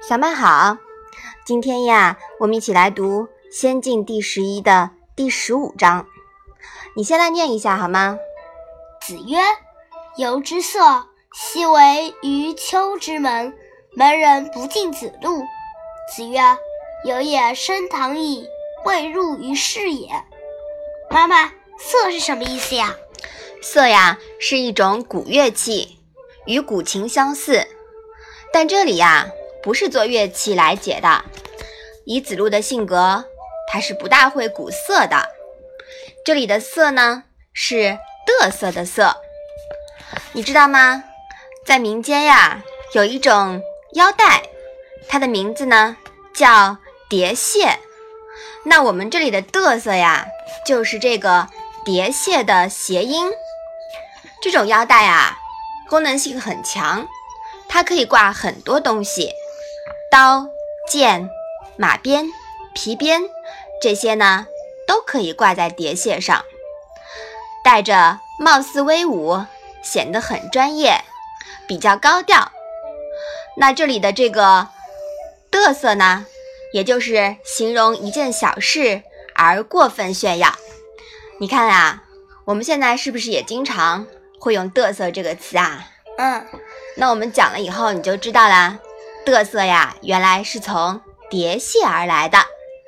小麦好，今天呀，我们一起来读《先进》第11的第15章。你先来念一下好吗？ 子曰：由之色，奚为于丘之门，门人不进子路。子曰：有也升堂矣，未入于室也。妈妈，瑟是什么意思呀？ 瑟呀，是一种古乐器，与古琴相似，但这里呀，不是做乐器来解的。以子路的性格，他是不大会鼓瑟的。这里的瑟呢，是嘚瑟的瑟。你知道吗？在民间呀，有一种腰带，它的名字呢叫叠蟹。那我们这里的嘚瑟呀，就是这个叠蟹的谐音。这种腰带啊，功能性很强，它可以挂很多东西，刀、剑、马鞭、皮鞭，这些呢都可以挂在叠蟹上，戴着貌似威武，显得很专业，比较高调。那这里的这个嘚瑟呢，也就是形容一件小事而过分炫耀。你看啊，我们现在是不是也经常会用嘚瑟这个词啊？那我们讲了以后你就知道啦，嘚瑟呀，原来是从叠蟹而来的。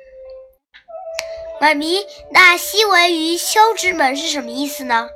妈咪，那奚为于丘之门是什么意思呢？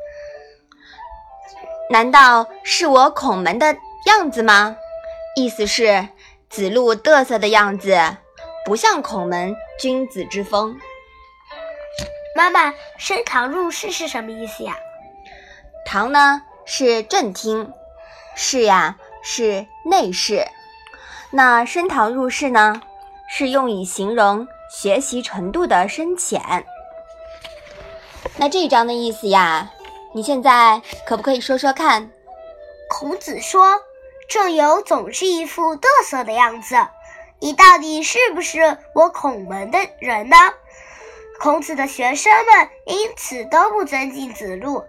难道是我孔门的样子吗？意思是子路嘚瑟的样子不像孔门君子之风。 妈妈，升堂入室是什么意思呀？ 堂呢是正厅，室呀是内室。那升堂入室呢，是用以形容学习程度的深浅。那这一章的意思呀，你现在可不可以说说看？ 孔子说，仲由总是一副嘚瑟的样子，你到底是不是我孔门的人呢？孔子的学生们因此都不尊敬子路。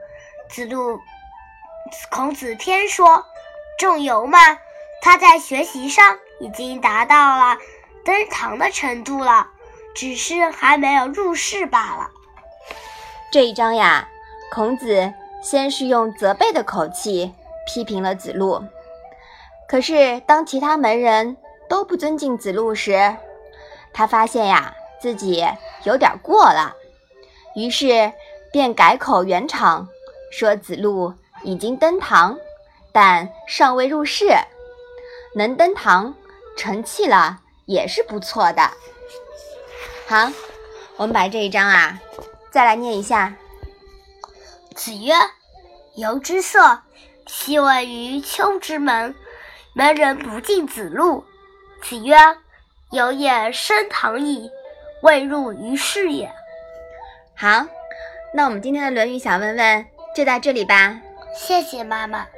孔子偏说，仲由嘛，他在学习上已经达到了登堂的程度了，只是还没有入室罢了。 这一章呀，孔子先是用责备的口气批评了子路，可是当其他门人都不尊敬子路时，他发现呀，自己有点过了，于是便改口圆场，说子路已经登堂，但尚未入室，能登堂成器了也是不错的。好，我们把这一章啊再来念一下。 子曰：由之色，奚为于丘之门，门人不进子路。子曰：有也升堂矣，未入于室也。 好，那我们今天的论语小问问就到这里吧。 谢谢妈妈。